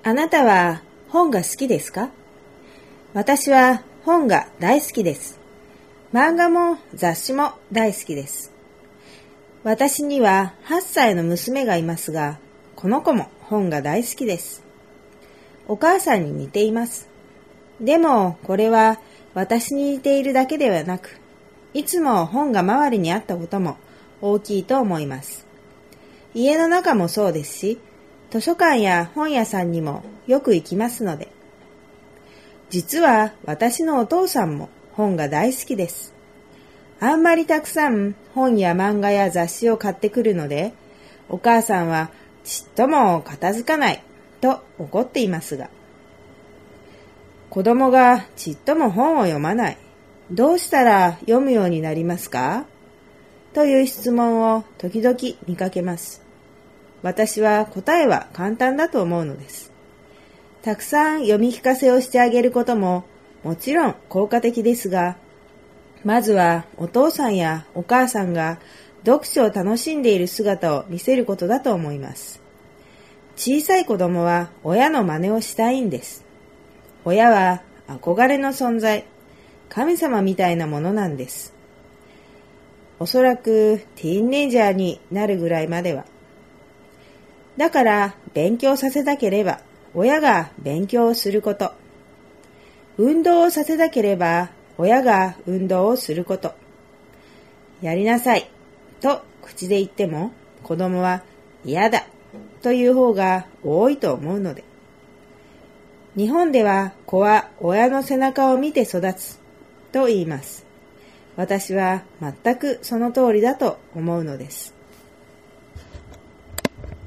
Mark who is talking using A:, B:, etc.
A: あなたは本が好きですか？私は本が大好きです。漫画も雑誌も大好きです。私には8歳の娘がいますが、この子も本が大好きです。お母さんに似ています。でもこれは私に似ているだけではなく、いつも本が周りにあったことも大きいと思います。家の中もそうですし、図書館や本屋さんにもよく行きますので。実は私のお父さんも本が大好きです。あんまりたくさん本や漫画や雑誌を買ってくるので、お母さんはちっとも片付かないと怒っていますが、子供がちっとも本を読まない。どうしたら読むようになりますか？という質問を時々見かけます。私は答えは簡単だと思うのです。たくさん読み聞かせをしてあげることももちろん効果的ですが、まずはお父さんやお母さんが読書を楽しんでいる姿を見せることだと思います。小さい子供は親の真似をしたいんです。親は憧れの存在、神様みたいなものなんです。おそらくティーンネイジャーになるぐらいまでは。だから勉強させたければ親が勉強をすること。運動をさせたければ親が運動をすること。やりなさいと口で言っても子供は嫌だという方が多いと思うので。日本では子は親の背中を見て育つと言います。私は全くその通りだと思うのです。